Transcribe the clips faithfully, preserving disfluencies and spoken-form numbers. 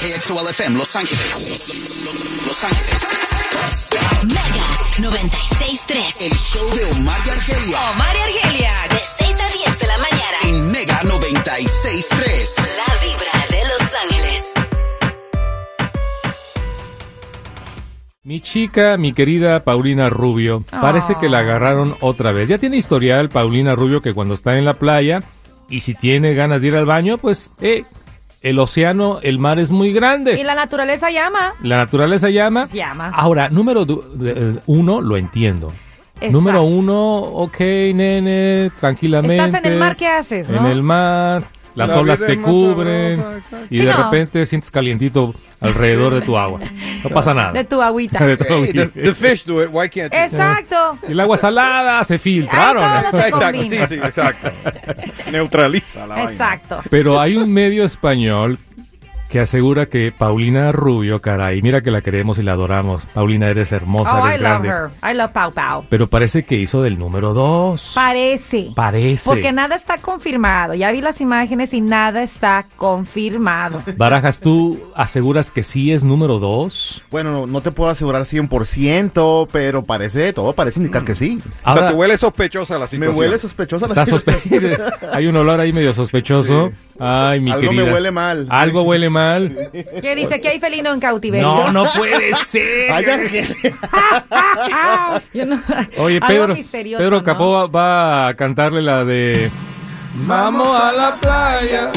K X O L F M, Los Ángeles. Los Ángeles. Mega noventa y seis punto tres. El show de Omar y Argelia. Omar y Argelia, de seis a diez de la mañana. En Mega noventa y seis punto tres. La vibra de Los Ángeles. Mi chica, mi querida Paulina Rubio, parece que la agarraron otra vez. Ya tiene historial Paulina Rubio que cuando está en la playa y si tiene ganas de ir al baño, pues eh, el océano, el mar es muy grande. Y la naturaleza llama. La naturaleza llama. Llama. Ahora, número du- de- uno, lo entiendo. Exacto. Número uno, ok, nene, tranquilamente. Estás en el mar, ¿qué haces, no? En el mar, las La olas vida te es más cubren sabrosa, y Sí, de no. repente sientes calientito alrededor de tu agua. No pasa nada. De tu agüita. De tu Hey, the, agua. the fish do it, why can't you? Exacto. Y el agua salada se filtraron. Ay, todo lo se Exacto, sí, combina. sí, exacto. Neutraliza la vaina. Exacto. Pero hay un medio español que asegura que Paulina Rubio, caray, mira que la queremos y la adoramos. Paulina, eres hermosa, Oh, eres I love grande. her. I love Pau Pau. Pero parece que hizo del número dos. Parece. Parece. Porque nada está confirmado. Ya vi las imágenes y nada está confirmado. Barajas, ¿tú aseguras que sí es número dos? Bueno, no, no te puedo asegurar cien por ciento, pero parece, todo parece indicar que sí. O sea, Ahora, te huele sospechosa la Me situación. huele sospechosa la está situación. sospe- hay un olor ahí medio sospechoso. Ay, mi Algo querida. me huele mal. Algo huele mal. ¿Qué dice? Que hay felino en cautiverio. No, no puede ser. Ay, Argelia. Yo no- Oye, Algo Pedro, misterioso, Pedro ¿no? Capó va- va a cantarle la de Vamos a la playa.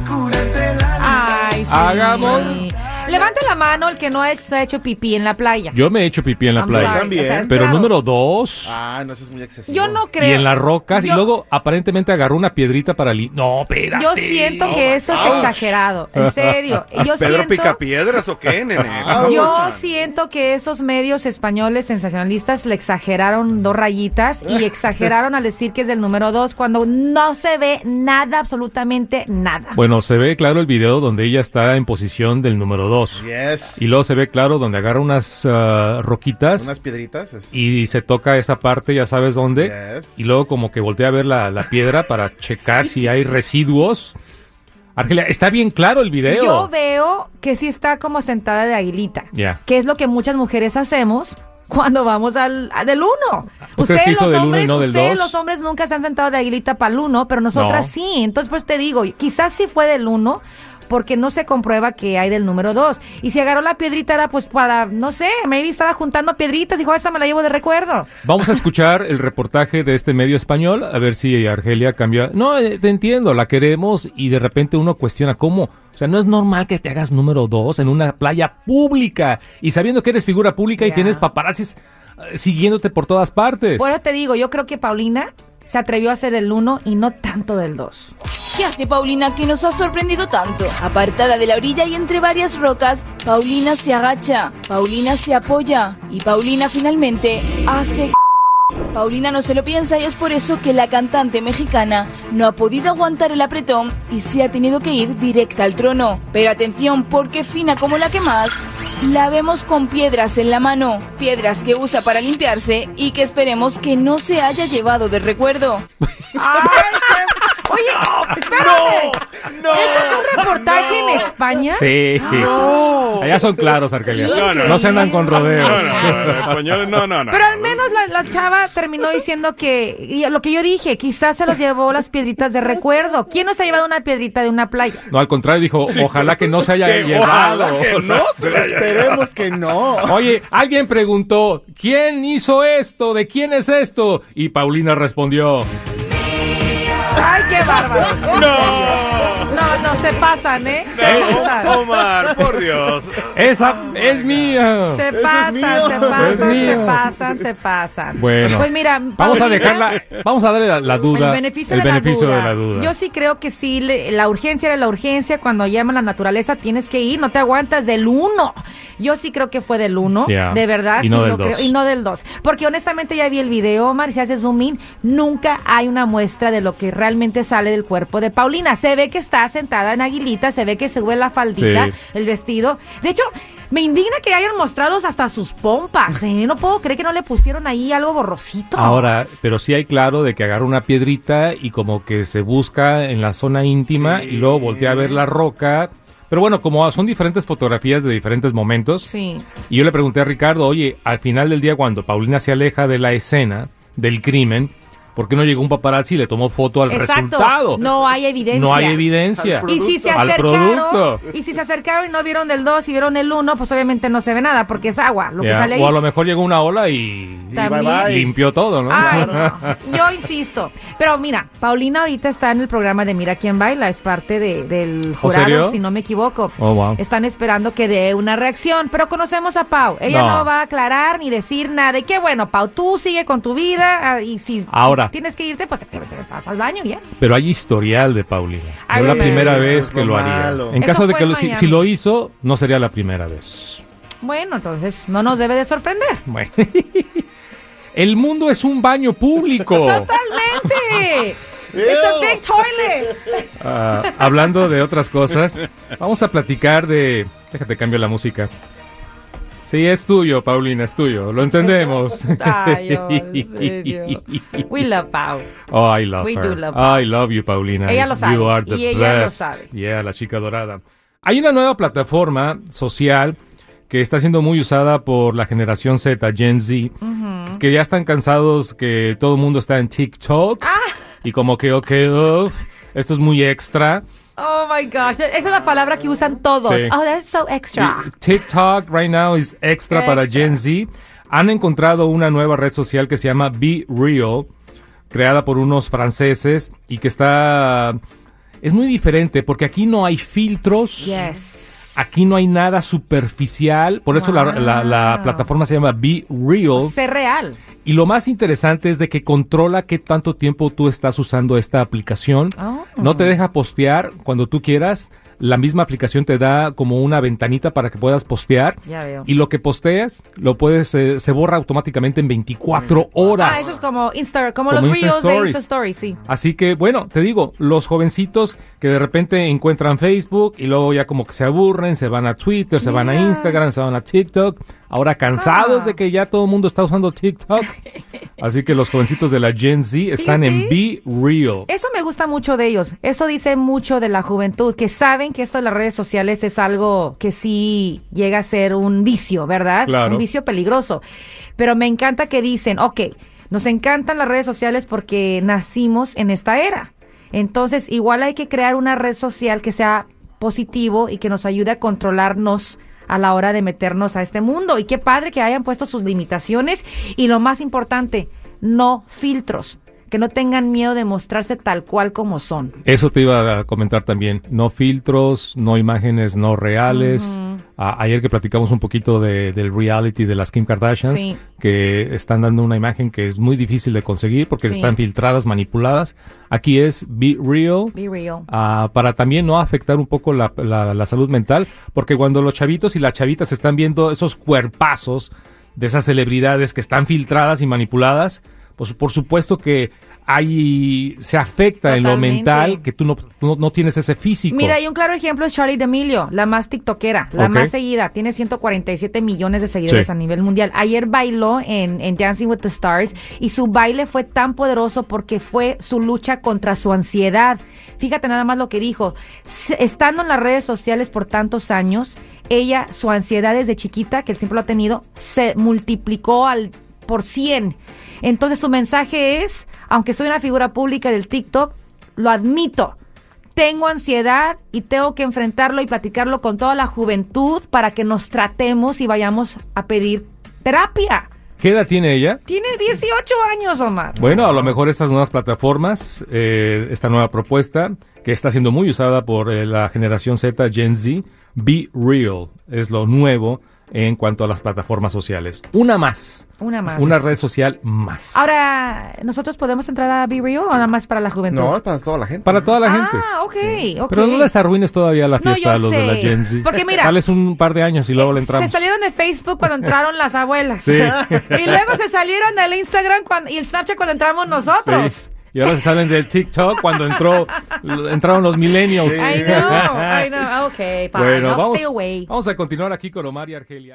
Ay, sí. Hagamos. Levante la mano el que no ha hecho, ha hecho pipí en la playa. Yo me he hecho pipí en la I'm playa. sorry, También. o sea, Pero claro. número dos. Ah, no, eso es muy excesivo. Yo no creo. Y en las rocas. Yo- Y luego aparentemente agarró una piedrita para... Li no, espérate. Yo siento no. que eso es exagerado. En serio. Yo ¿Pedro siento, Picapiedras o qué, nene? yo siento que esos medios españoles sensacionalistas le exageraron dos rayitas y exageraron al decir que es del número dos cuando no se ve nada, absolutamente nada. Bueno, se ve claro el video donde ella está en posición del número dos. Yes. Y luego se ve claro donde agarra unas ah, roquitas Unas piedritas. es- y se toca esa parte, ya sabes dónde. Yes. Y luego como que voltea a ver la, la piedra para checar si hay residuos. Argelia, está bien claro el video. Yo veo que sí está como sentada de aguilita. Ya. Que es lo que muchas mujeres hacemos cuando vamos al, a- del uno. ¿Tú crees que hizo los del uno y hombres, no del ustedes dos? los hombres nunca se han sentado de aguilita para el uno, pero nosotras No. sí. Entonces pues te digo, quizás sí fue del uno, porque no se comprueba que hay del número dos. Y si agarró la piedrita era pues para, no sé, maybe estaba juntando piedritas y dijo, esta me la llevo de recuerdo. Vamos a escuchar el reportaje de este medio español, a ver si Argelia cambia. No, eh, te entiendo, la queremos y de repente uno cuestiona cómo. O sea, no es normal que te hagas número dos en una playa pública y sabiendo que eres figura pública y Ya. tienes paparazzis eh, siguiéndote por todas partes. Bueno, te digo, yo creo que Paulina se atrevió a hacer del uno y no tanto del dos. ¿Qué hace Paulina que nos ha sorprendido tanto? Apartada de la orilla y entre varias rocas, Paulina se agacha, Paulina se apoya y Paulina finalmente hace... Paulina no se lo piensa y es por eso que la cantante mexicana no ha podido aguantar el apretón y se ha tenido que ir directa al trono. Pero atención, porque fina como la que más, la vemos con piedras en la mano, piedras que usa para limpiarse y que esperemos que no se haya llevado de recuerdo. ¡Ay, qué... Oye, espérate. No, ¿Esto es un reportaje en España? Sí. Allá son claros, Argelia. No, no, No se andan con rodeos. No, no, no, español, no, no, no. Pero al menos la, la chava terminó diciendo que, y lo que yo dije, quizás se los llevó las piedritas de recuerdo. ¿Quién no se ha llevado una piedrita de una playa? No, al contrario, dijo, ojalá que no se haya Que llevado. ojalá que no se la haya- Esperemos que no. Oye, alguien preguntó, ¿quién hizo esto? ¿De quién es esto? Y Paulina respondió, ¡Ay, qué bárbaros! No. No, no, se pasan, ¿eh? Se No, pasan. Omar, por Dios. esa es mía. Se Ese es pasan, mío. se Es pasan, se mío. pasan, se pasan. Bueno, Pues mira, vamos a Paulina, dejarla, vamos a darle la, la duda, el beneficio, el de, beneficio la de la duda. Yo sí creo que sí, le- la urgencia era la urgencia. Cuando llama la naturaleza tienes que ir, no te aguantas del uno. Yo sí creo que fue del uno, Ya. de verdad, Y sí no del lo dos. creo, y no del dos. Porque honestamente ya vi el video, Omar, y si haces zoom in, nunca hay una muestra de lo que realmente sale del cuerpo de Paulina. Se ve que está sentada en aguilita, se ve que se sube la faldita, Sí. el vestido. De hecho, me indigna que hayan mostrado hasta sus pompas, ¿eh? No puedo creer que no le pusieron ahí algo borrosito. Ahora, pero sí hay claro de que agarra una piedrita y como que se busca en la zona íntima Sí. y luego voltea a ver la roca. Pero bueno, como son diferentes fotografías de diferentes momentos, Sí. y yo le pregunté a Ricardo, oye, al final del día cuando Paulina se aleja de la escena del crimen, ¿por qué no llegó un paparazzi y le tomó foto al Exacto. resultado? No hay evidencia. No hay evidencia. Al Y si se Al acercaron, producto. y si se acercaron y no vieron del dos y vieron el uno, pues obviamente no se ve nada porque es agua, lo que Ya, sale ahí. o a lo mejor llegó una ola y, y También. bye, bye. limpió todo, ¿no? Ay, no. Yo insisto. Pero mira, Paulina ahorita está en el programa de Mira quién baila, es parte de, del ¿Oh, jurado, serio? si no me equivoco. Oh, wow. Están esperando que dé una reacción, pero conocemos a Pau. Ella no, No. va a aclarar ni decir nada. Y qué bueno, Pau, tú sigue con tu vida ah, y si, Ahora. si tienes que irte, pues te, te, te vas al baño y ya. Pero hay historial de Paulina. Ay, No es la bueno. primera Eso vez es que lo lo haría. malo. En Eso caso de fue que en lo, si, Miami. si lo hizo, no sería la primera vez. Bueno, entonces no nos debe de sorprender. Bueno. El mundo es un baño público. ¡Totalmente! ¡It's a big toilet! Ah, hablando de otras cosas, vamos a platicar de... Déjate cambio la música. Sí, es tuyo, Paulina, es tuyo. Lo entendemos. Ay, oh, en serio. We love Pau. Oh, I love We her. do love Pau. I love you, Paulina. Ella lo sabe, You are the y ella lo best. sabe. Yeah, la chica dorada. Hay una nueva plataforma social que está siendo muy usada por la generación Z, Gen Z, que ya están cansados que todo el mundo está en TikTok. Ah. Y como que, ok, uf, esto es muy extra. Oh my gosh, esa es la palabra que usan todos. Sí. Oh, that's so extra. Y TikTok right now is extra, para Extra. Gen Z. Han encontrado una nueva red social que se llama Be Real, creada por unos franceses y que está... Es muy diferente porque aquí no hay filtros. Yes. Aquí no hay nada superficial. Por eso la, la- la Wow. plataforma se llama Be Real. Ser real. Y lo más interesante es de que controla qué tanto tiempo tú estás usando esta aplicación. Oh. No te deja postear cuando tú quieras. La misma aplicación te da como una ventanita para que puedas postear. Ya veo. Y lo que posteas, lo puedes, eh, se borra automáticamente en veinticuatro horas. Ah, eso es como Insta, como, Como los Insta reels de Stories. Insta Stories, sí. Así que, bueno, te digo, los jovencitos que de repente encuentran Facebook y luego ya como que se aburren, se van a Twitter, se van a Mira. Instagram, se van a TikTok, ahora cansados Ah. de que ya todo el mundo está usando TikTok. Así que los jovencitos de la Gen Z están en Be Real. Eso me gusta mucho de ellos. Eso dice mucho de la juventud, que saben que esto de las redes sociales es algo que sí llega a ser un vicio, ¿verdad? Claro. Un vicio peligroso. Pero me encanta que dicen, ok, nos encantan las redes sociales porque nacimos en esta era. Entonces, igual hay que crear una red social que sea positivo y que nos ayude a controlarnos a la hora de meternos a este mundo. Y qué padre que hayan puesto sus limitaciones y lo más importante, no filtros, que no tengan miedo de mostrarse tal cual como son. Eso te iba a comentar también. No filtros, no imágenes no reales. A- ayer que platicamos un poquito de, del reality de las Kim Kardashians, Sí. que están dando una imagen que es muy difícil de conseguir porque Sí. están filtradas, manipuladas. Aquí es Be Real. Be real. Ah, para también no afectar un poco la, la- la salud mental, porque cuando los chavitos y las chavitas están viendo esos cuerpazos de esas celebridades que están filtradas y manipuladas, pues por supuesto que hay, se afecta en lo Totalmente. mental, que tú no, no, no tienes ese físico. Mira, y un claro ejemplo es Charli D'Amelio, la más tiktokera, la Ok. más seguida. Tiene ciento cuarenta y siete millones de seguidores Sí. a nivel mundial. Ayer bailó en, en Dancing with the Stars y su baile fue tan poderoso porque fue su lucha contra su ansiedad. Fíjate nada más lo que dijo. S- Estando en las redes sociales por tantos años, ella, su ansiedad desde chiquita, que siempre lo ha tenido, se multiplicó al por cien. Entonces su mensaje es, aunque soy una figura pública del TikTok, lo admito. Tengo ansiedad y tengo que enfrentarlo y platicarlo con toda la juventud para que nos tratemos y vayamos a pedir terapia. ¿Qué edad tiene ella? Tiene dieciocho años, Omar. Bueno, a lo mejor estas nuevas plataformas, eh, esta nueva propuesta, que está siendo muy usada por eh, la generación Z, Gen Z, Be Real, es lo nuevo en cuanto a las plataformas sociales. Una más. Una más. Una red social más. Ahora, ¿nosotros podemos entrar a Be Real o nada más para la juventud? No, es para toda la gente. Para toda la gente. Ah, ok, ok. Pero no les arruines todavía la No, fiesta yo a los de la sé. Gen Z. Porque mira, Dales un par de años y luego le entramos. Se salieron de Facebook cuando entraron las abuelas. Sí. Y luego se salieron del Instagram cuando, y el Snapchat cuando entramos nosotros. Sí. Y ahora se salen del TikTok cuando entró, entraron los millennials. I know, I know. Ok, fine. Bueno, I'll vamos, stay away. vamos a continuar aquí con Omar y Argelia.